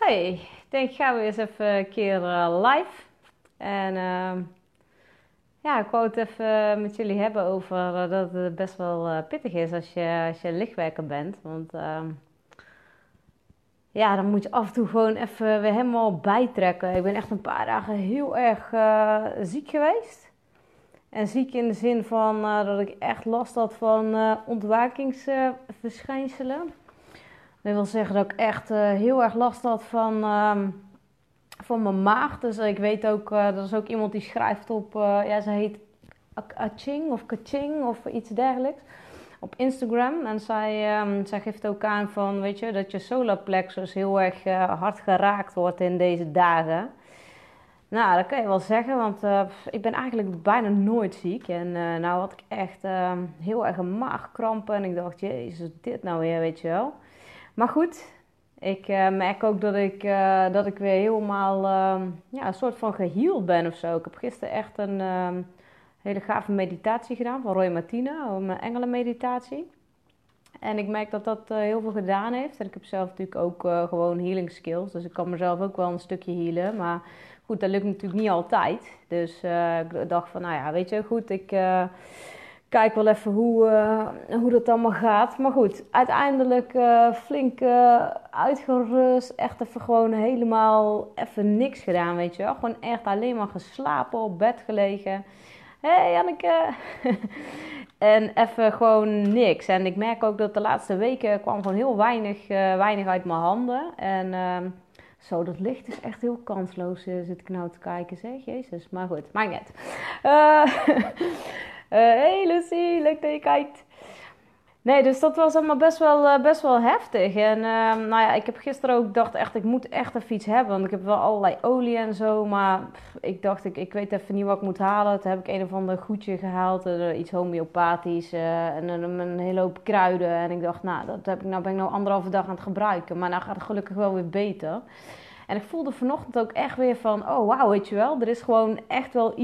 Hey, ik denk ik ga weer eens even een keer live. En ja, ik wou het even met jullie hebben over dat het best wel pittig is als je lichtwerker bent. Want ja, dan moet je af en toe gewoon even weer helemaal bijtrekken. Ik ben echt een paar dagen heel erg ziek geweest. En ziek in de zin van dat ik echt last had van ontwakingsverschijnselen. Dat wil zeggen dat ik echt heel erg last had van mijn maag. Dus ik weet ook, er is ook iemand die schrijft op, ja, ze heet Aching of Kaching of iets dergelijks. Op Instagram. En zij geeft ook aan van, weet je, dat je solarplexus heel erg hard geraakt wordt in deze dagen. Nou, dat kan je wel zeggen, want ik ben eigenlijk bijna nooit ziek. En nou had ik echt heel erg een maagkrampen. En ik dacht, jezus, dit nou weer, weet je wel. Maar goed, ik merk ook dat ik weer helemaal ja, een soort van geheeld ben of zo. Ik heb gisteren echt een hele gave meditatie gedaan van Roy Martina, een engelenmeditatie. En ik merk dat dat heel veel gedaan heeft. En ik heb zelf natuurlijk ook gewoon healing skills. Dus ik kan mezelf ook wel een stukje healen. Maar goed, dat lukt natuurlijk niet altijd. Dus ik dacht van, nou ja, weet je, goed, ik kijk wel even hoe dat allemaal gaat. Maar goed, uiteindelijk flink uitgerust. Echt even gewoon helemaal even niks gedaan, weet je wel. Gewoon echt alleen maar geslapen, op bed gelegen. Hé, hey, Janneke. En even gewoon niks. En ik merk ook dat de laatste weken kwam gewoon heel weinig uit mijn handen. En zo, dat licht is echt heel kansloos, zit ik nou te kijken, zeg. Jezus, maar goed, maakt niet uit. Hey Lucy, leuk dat je kijkt. Nee, dus dat was allemaal best wel heftig. En nou ja, ik heb gisteren ook gedacht, echt, ik moet echt even iets hebben. Want ik heb wel allerlei olie en zo. Maar ik dacht, ik weet even niet wat ik moet halen. Toen heb ik een of ander goedje gehaald. Iets homeopathisch. En een hele hoop kruiden. En ik dacht, nou, ben ik nou anderhalve dag aan het gebruiken. Maar nou gaat het gelukkig wel weer beter. En ik voelde vanochtend ook echt weer van, oh wauw, weet je wel. Er is gewoon echt wel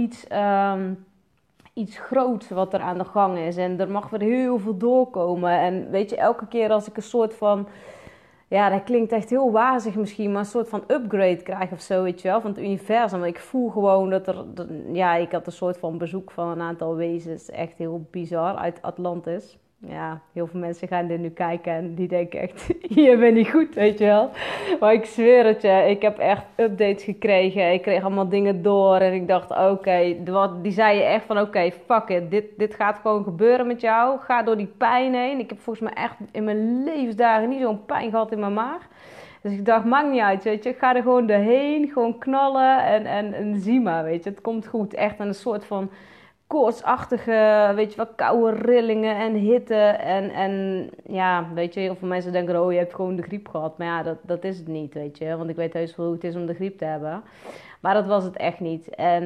iets groots wat er aan de gang is. En er mag weer heel veel doorkomen. En weet je, elke keer als ik een soort van... Ja, dat klinkt echt heel wazig misschien, maar een soort van upgrade krijg of zo, weet je wel, van het universum. Ik voel gewoon ja, ik had een soort van bezoek van een aantal wezens. Echt heel bizar, uit Atlantis. Ja, heel veel mensen gaan dit nu kijken en die denken echt, hier ben ik goed, weet je wel. Maar ik zweer het je, ik heb echt updates gekregen. Ik kreeg allemaal dingen door en ik dacht, oké, die zei je echt van, oké, fuck it. Dit gaat gewoon gebeuren met jou. Ga door die pijn heen. Ik heb volgens mij echt in mijn levensdagen niet zo'n pijn gehad in mijn maag. Dus ik dacht, maakt niet uit, weet je. Ik ga er gewoon doorheen, gewoon knallen en zie maar, weet je. Het komt goed, echt een soort van koortsachtige, weet je wel, koude rillingen en hitte. En ja, weet je, heel veel mensen denken, oh, je hebt gewoon de griep gehad. Maar ja, dat is het niet, weet je. Want ik weet heus wel hoe het is om de griep te hebben. Maar dat was het echt niet. En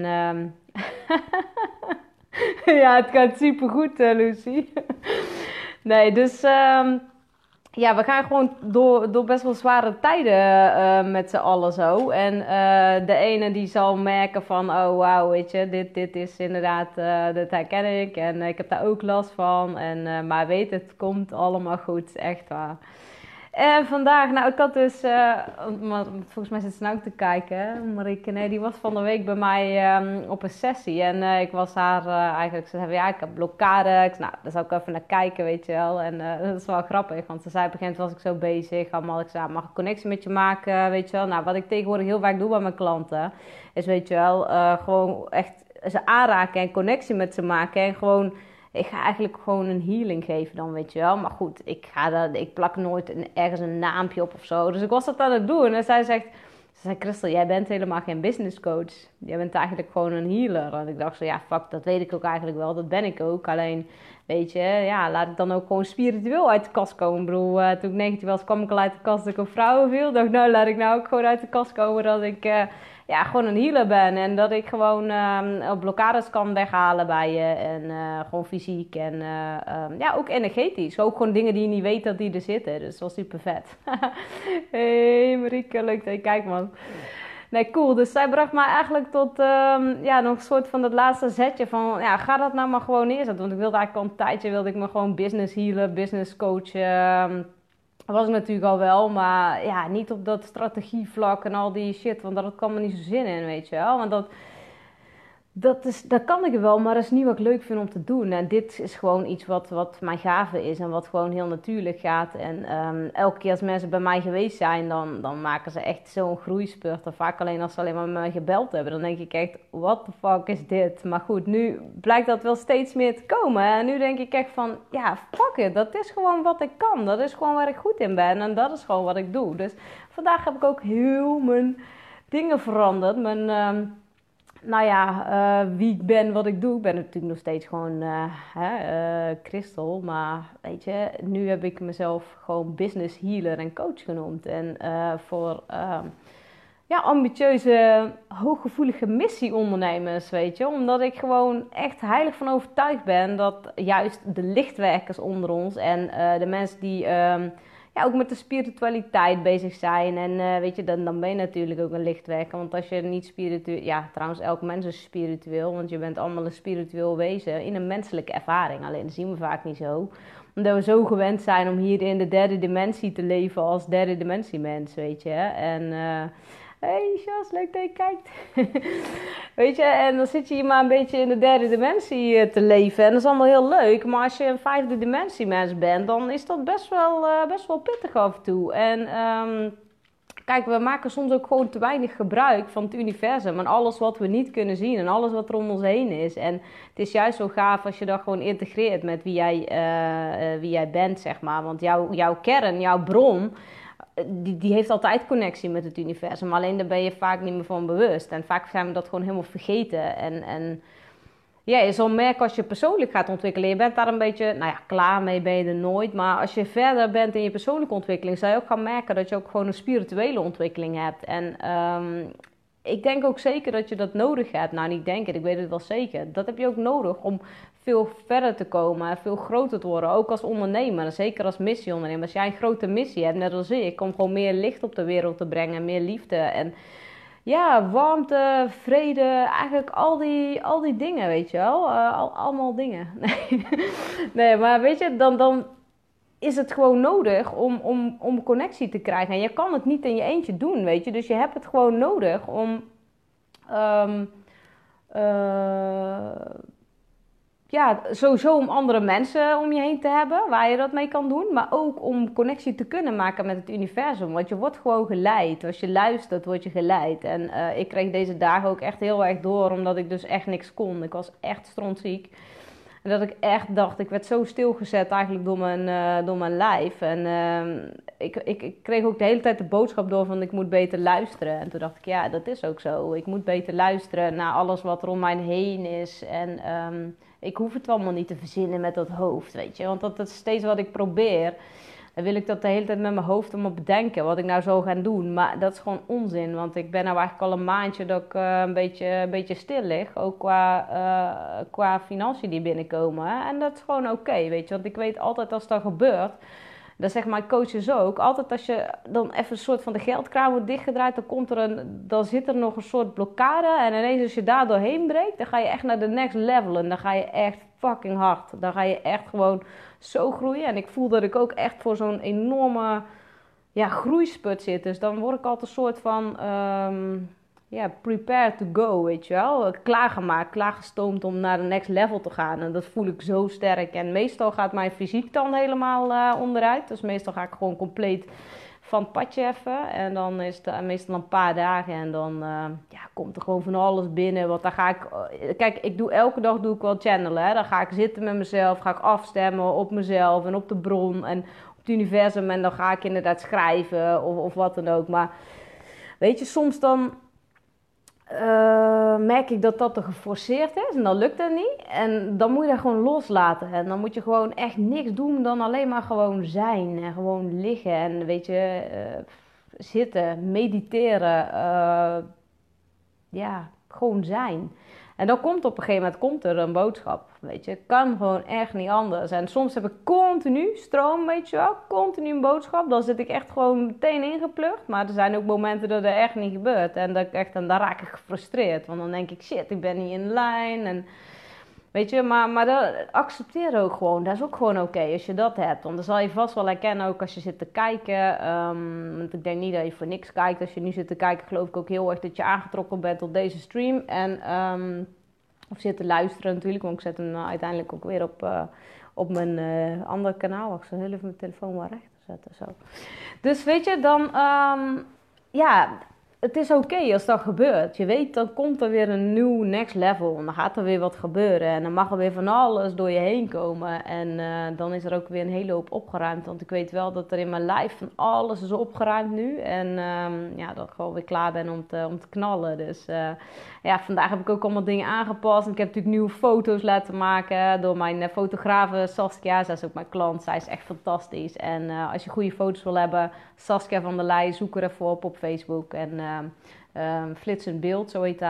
ja, het gaat supergoed, Lucy. Nee, dus ja, we gaan gewoon door best wel zware tijden met z'n allen zo. En de ene die zal merken van, oh wauw, weet je, dit is inderdaad, dat herken ik. En ik heb daar ook last van. En, maar weet, het komt allemaal goed, echt waar. En vandaag, nou ik had dus, volgens mij zit ze nou ook te kijken, Marieke, nee, die was van de week bij mij op een sessie. En ik was haar eigenlijk, ze zei, ja, ik heb blokkade. Ik zei, nou, daar zou ik even naar kijken, weet je wel. En dat is wel grappig, want ze zei, op een gegeven moment was ik zo bezig, allemaal, ik zei, mag ik een connectie met je maken, weet je wel. Nou, wat ik tegenwoordig heel vaak doe bij mijn klanten, is, weet je wel, gewoon echt ze aanraken en connectie met ze maken en gewoon... Ik ga eigenlijk gewoon een healing geven dan, weet je wel. Maar goed, ik plak nooit ergens een naampje op of zo. Dus ik was dat aan het doen. En zij zei, Christel, jij bent helemaal geen business coach. Jij bent eigenlijk gewoon een healer. En ik dacht zo, ja, fuck, dat weet ik ook eigenlijk wel. Dat ben ik ook. Alleen, weet je, ja, laat ik dan ook gewoon spiritueel uit de kast komen. Ik bedoel, toen ik 19 was, kwam ik al uit de kast dat ik op vrouwen viel. Ik dacht, nou, laat ik nou ook gewoon uit de kast komen dat ik... ja, gewoon een healer ben. En dat ik gewoon blokkades kan weghalen bij je. En gewoon fysiek. En ja, ook energetisch. Ook gewoon dingen die je niet weet dat die er zitten. Dus dat was super vet. Hey Marieke, leuk dat je kijkt, man. Nee, cool. Dus zij bracht mij eigenlijk tot ja, nog een soort van dat laatste zetje van... Ja, ga dat nou maar gewoon neerzetten. Want ik wilde eigenlijk al een tijdje... wilde ik me gewoon business healer, business coach... Dat was ik natuurlijk al wel, maar ja, niet op dat strategievlak en al die shit. Want dat kan me niet zo zin in, weet je wel. Want dat kan ik wel, maar dat is niet wat ik leuk vind om te doen. En dit is gewoon iets wat mijn gave is en wat gewoon heel natuurlijk gaat. En elke keer als mensen bij mij geweest zijn, dan maken ze echt zo'n groeispurt. En vaak alleen als ze alleen maar met mij gebeld hebben, dan denk ik echt, what the fuck is dit? Maar goed, nu blijkt dat wel steeds meer te komen. En nu denk ik echt van, ja, fuck it, dat is gewoon wat ik kan. Dat is gewoon waar ik goed in ben en dat is gewoon wat ik doe. Dus vandaag heb ik ook heel mijn dingen veranderd. Nou ja, wie ik ben, wat ik doe. Ik ben natuurlijk nog steeds gewoon Christel. Maar weet je, nu heb ik mezelf gewoon business healer en coach genoemd. En voor ambitieuze, hooggevoelige missieondernemers, weet je. Omdat ik gewoon echt heilig van overtuigd ben dat juist de lichtwerkers onder ons en de mensen die ook met de spiritualiteit bezig zijn. En weet je, dan ben je natuurlijk ook een lichtwerker. Want als je niet spiritueel... Ja, trouwens, elk mens is spiritueel. Want je bent allemaal een spiritueel wezen in een menselijke ervaring. Alleen dat zien we vaak niet zo. Omdat we zo gewend zijn om hier in de derde dimensie te leven als derde dimensie mens, weet je. En... hey Jas, leuk dat je kijkt. Weet je, en dan zit je hier maar een beetje in de derde dimensie te leven. En dat is allemaal heel leuk. Maar als je een vijfde dimensie mens bent, dan is dat best wel pittig af en toe. En kijk, we maken soms ook gewoon te weinig gebruik van het universum. En alles wat we niet kunnen zien en alles wat er om ons heen is. En het is juist zo gaaf als je dat gewoon integreert met wie jij bent, zeg maar. Want jouw kern, jouw bron... Die heeft altijd connectie met het universum. Alleen daar ben je vaak niet meer van bewust. En vaak zijn we dat gewoon helemaal vergeten. En ja, je zal merken als je persoonlijk gaat ontwikkelen. Je bent daar een beetje, klaar mee ben je er nooit. Maar als je verder bent in je persoonlijke ontwikkeling... zal je ook gaan merken dat je ook gewoon een spirituele ontwikkeling hebt. En ik denk ook zeker dat je dat nodig hebt. Nou, niet denken, ik weet het wel zeker. Dat heb je ook nodig om veel verder te komen en veel groter te worden. Ook als ondernemer, en zeker als missieondernemer. Als jij een grote missie hebt, net als ik, om gewoon meer licht op de wereld te brengen, meer liefde en ja, warmte, vrede, eigenlijk al die dingen, weet je wel. Allemaal dingen. Nee, maar weet je, dan is het gewoon nodig om connectie te krijgen. En je kan het niet in je eentje doen, weet je. Dus je hebt het gewoon nodig om... sowieso om andere mensen om je heen te hebben, waar je dat mee kan doen. Maar ook om connectie te kunnen maken met het universum. Want je wordt gewoon geleid. Als je luistert, word je geleid. En ik kreeg deze dagen ook echt heel erg door, omdat ik dus echt niks kon. Ik was echt strontziek. En dat ik echt dacht, ik werd zo stilgezet eigenlijk door mijn lijf. En ik kreeg ook de hele tijd de boodschap door van ik moet beter luisteren. En toen dacht ik, ja, dat is ook zo. Ik moet beter luisteren naar alles wat er om mij heen is. En ik hoef het allemaal niet te verzinnen met dat hoofd, weet je. Want dat is steeds wat ik probeer. Dan wil ik dat de hele tijd met mijn hoofd om op bedenken wat ik nou zou gaan doen. Maar dat is gewoon onzin. Want ik ben nou eigenlijk al een maandje dat ik een beetje stil lig. Ook qua financiën die binnenkomen. En dat is gewoon oké, weet je. Want ik weet altijd als dat gebeurt... Dat zegt mijn coaches ook. Altijd als je dan even een soort van de geldkraan wordt dichtgedraaid... dan zit er nog een soort blokkade. En ineens als je daar doorheen breekt... dan ga je echt naar de next level. En dan ga je echt fucking hard. Dan ga je echt gewoon zo groeien. En ik voel dat ik ook echt voor zo'n enorme groeispurt zit. Dus dan word ik altijd een soort van... prepare to go, weet je wel. Klaargemaakt, klaargestoomd om naar de next level te gaan. En dat voel ik zo sterk. En meestal gaat mijn fysiek dan helemaal onderuit. Dus meestal ga ik gewoon compleet van het padje even. En dan is het meestal een paar dagen. En dan komt er gewoon van alles binnen. Want dan ga ik... Kijk, elke dag doe ik wel channelen. Hè. Dan ga ik zitten met mezelf. Ga ik afstemmen op mezelf en op de bron. En op het universum. En dan ga ik inderdaad schrijven of wat dan ook. Maar weet je, soms dan... merk ik dat er geforceerd is en dan lukt het niet. En dan moet je dat gewoon loslaten. En dan moet je gewoon echt niks doen dan alleen maar gewoon zijn. En gewoon liggen en weet je, zitten, mediteren. Gewoon zijn. En dan komt op een gegeven moment er een boodschap, weet je. Het kan gewoon echt niet anders. En soms heb ik continu stroom, weet je wel. Continu een boodschap. Dan zit ik echt gewoon meteen ingeplucht. Maar er zijn ook momenten dat er echt niet gebeurt. En dan raak ik gefrustreerd. Want dan denk ik, shit, ik ben niet in lijn. En Weet je, maar dat, accepteer ook gewoon. Dat is ook gewoon oké als je dat hebt. Want dan zal je vast wel herkennen ook als je zit te kijken. Want ik denk niet dat je voor niks kijkt. Als je nu zit te kijken, geloof ik ook heel erg dat je aangetrokken bent tot deze stream. En, of zit te luisteren natuurlijk. Want ik zet hem uiteindelijk ook weer op mijn andere kanaal. Wacht, ik zal heel even mijn telefoon maar rechter zetten. Zo. Dus weet je, dan... ja... Het is oké als dat gebeurt. Je weet, dan komt er weer een nieuw next level. En dan gaat er weer wat gebeuren. En dan mag er weer van alles door je heen komen. En dan is er ook weer een hele hoop opgeruimd. Want ik weet wel dat er in mijn lijf van alles is opgeruimd nu. En ja, dat ik gewoon weer klaar ben om te knallen. Dus ja, vandaag heb ik ook allemaal dingen aangepast. En ik heb natuurlijk nieuwe foto's laten maken door mijn fotografe Saskia. Zij is ook mijn klant. Zij is echt fantastisch. En als je goede foto's wil hebben, Saskia van der Leij, zoek er even op Facebook. En Flitsend Beeld, zo heet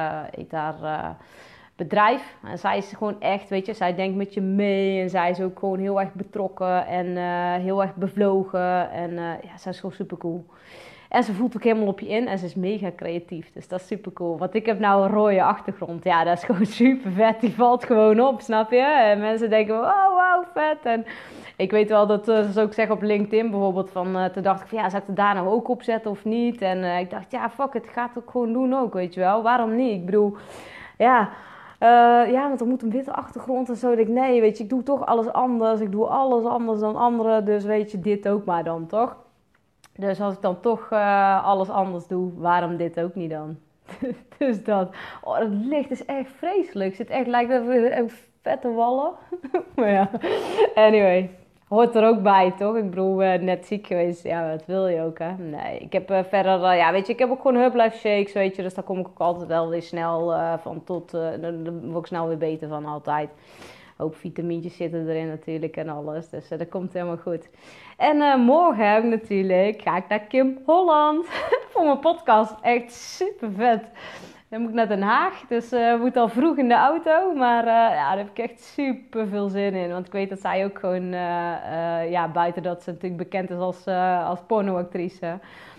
haar bedrijf. En zij is gewoon echt, weet je, zij denkt met je mee. En zij is ook gewoon heel erg betrokken en heel erg bevlogen. En ja, zij is gewoon super cool. En ze voelt ook helemaal op je in en ze is mega creatief. Dus dat is super cool. Want ik heb nou een rode achtergrond. Ja, dat is gewoon super vet. Die valt gewoon op, snap je? En mensen denken, oh wauw, vet. En ik weet wel dat ze ook zeggen op LinkedIn bijvoorbeeld toen dacht ik van ja, zou ik het daar nou ook op zetten of niet? En ik dacht, ja, fuck het, ga het ook gewoon doen ook, weet je wel. Waarom niet? Ik bedoel, ja... ja, want er moet een witte achtergrond en zo. Ik denk, nee, weet je, ik doe toch alles anders. Ik doe alles anders dan anderen. Dus weet je, dit ook maar dan, toch? Dus als ik dan toch alles anders doe, waarom dit ook niet dan? Dus dat. Oh, het licht is echt vreselijk. Het zit echt, lijkt een vette wallen. Maar ja, anyway. Hoort er ook bij, toch? Ik bedoel, net ziek geweest. Ja, wat wil je ook, hè? Nee, ik heb verder... ja, weet je, ik heb ook gewoon Herbalife shakes, weet je. Dus daar kom ik ook altijd wel weer snel van tot... daar word ik snel weer beter van, altijd. Ook vitamintjes zitten erin natuurlijk en alles. Dus dat komt helemaal goed. En morgen heb ik natuurlijk... Ga ik naar Kim Holland voor mijn podcast. Echt super vet. Dan moet ik naar Den Haag, dus moet al vroeg in de auto. Maar ja, daar heb ik echt super veel zin in. Want ik weet dat zij ook gewoon, ja, buiten dat ze natuurlijk bekend is als pornoactrice.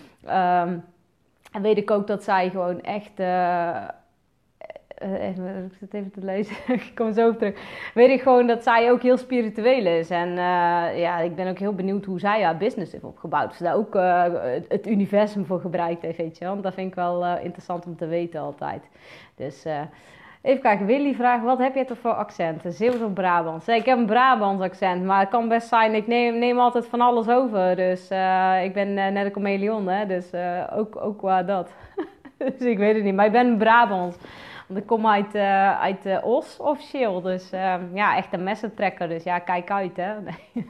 En weet ik ook dat zij gewoon echt... ik zit even te lezen, ik kom zo op terug. Weet ik gewoon dat zij ook heel spiritueel is. En ja, ik ben ook heel benieuwd hoe zij haar business heeft opgebouwd. Of ze daar ook het universum voor gebruikt heeft, weet je wel. Want dat vind ik wel interessant om te weten altijd. Dus even kijken, Willy vraagt, wat heb je toch voor accenten? Zeeuws of Brabants? Ik heb een Brabants accent, maar het kan best zijn, ik neem altijd van alles over. Dus ik ben net een chameleon, hè. Dus ook qua dat. Dus ik weet het niet, maar ik ben een Brabants. Want ik kom uit Os officieel, dus ja, echt een messentrekker. Dus ja, kijk uit, hè. Nee.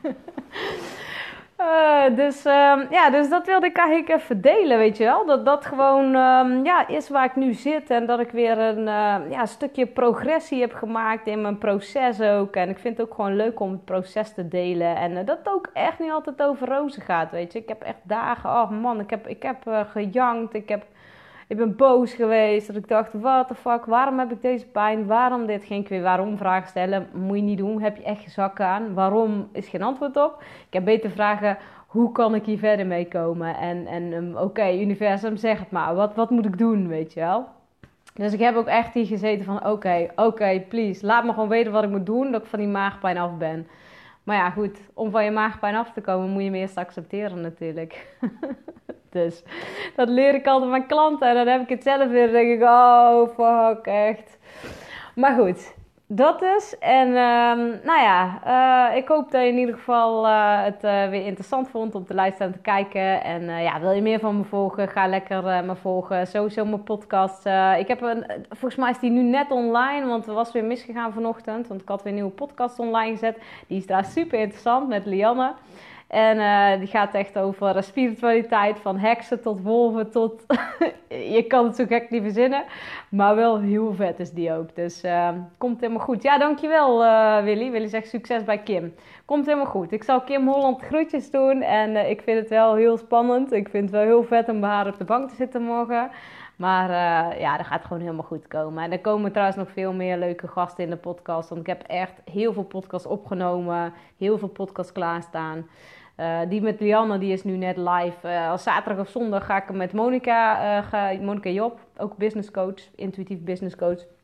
Ja, dus dat wilde ik eigenlijk even delen, weet je wel. Dat gewoon ja, is waar ik nu zit. En dat ik weer een stukje progressie heb gemaakt in mijn proces ook. En ik vind het ook gewoon leuk om het proces te delen. En dat het ook echt niet altijd over rozen gaat, weet je. Ik heb echt dagen, oh man, ik heb gejankt, ik ben boos geweest, dat ik dacht, what the fuck, waarom heb ik deze pijn, waarom dit? Ging ik weer waarom vragen stellen, moet je niet doen, heb je echt je zak aan, waarom is geen antwoord op? Ik heb beter vragen, hoe kan ik hier verder mee komen? En oké, universum, zeg het maar, wat moet ik doen, weet je wel? Dus ik heb ook echt hier gezeten van, oké, please, laat me gewoon weten wat ik moet doen, dat ik van die maagpijn af ben. Maar ja, goed, om van je maagpijn af te komen moet je hem eerst accepteren natuurlijk. Dus dat leer ik altijd mijn klanten en dan heb ik het zelf weer. Dan denk ik, oh fuck, echt. Maar goed, dat dus. En nou ja, ik hoop dat je in ieder geval het weer interessant vond om te luisteren en te kijken. En ja, wil je meer van me volgen? Ga lekker me volgen. Sowieso mijn podcast. Ik heb volgens mij is die nu net online, want er was weer misgegaan vanochtend. Want ik had weer een nieuwe podcast online gezet. Die is daar super interessant met Lianne. En die gaat echt over spiritualiteit, van heksen tot wolven tot... je kan het zo gek niet verzinnen, maar wel heel vet is die ook. Dus komt helemaal goed. Ja, dankjewel Willy. Willy zegt succes bij Kim. Komt helemaal goed. Ik zal Kim Holland groetjes doen en ik vind het wel heel spannend. Ik vind het wel heel vet om bij haar op de bank te zitten morgen. Maar ja, dat gaat gewoon helemaal goed komen. En er komen trouwens nog veel meer leuke gasten in de podcast. Want ik heb echt heel veel podcasts opgenomen. Heel veel podcasts klaarstaan. Die met Lianne, die is nu net live. Als zaterdag of zondag ga ik met Monica Job, ook business coach, intuïtief business coach.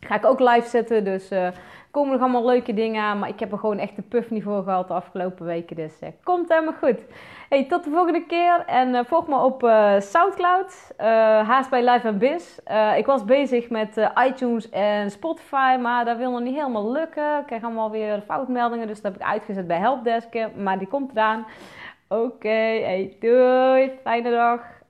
Ga ik ook live zetten, dus komen nog allemaal leuke dingen aan. Maar ik heb er gewoon echt de puff niet voor gehad de afgelopen weken. Dus komt helemaal goed. Hey, tot de volgende keer. En volg me op Soundcloud. Haast bij Live & Biz. Ik was bezig met iTunes en Spotify. Maar dat wil nog niet helemaal lukken. Ik krijg allemaal weer foutmeldingen. Dus dat heb ik uitgezet bij Helpdesk. Maar die komt eraan. Oké, hey, doei. Fijne dag.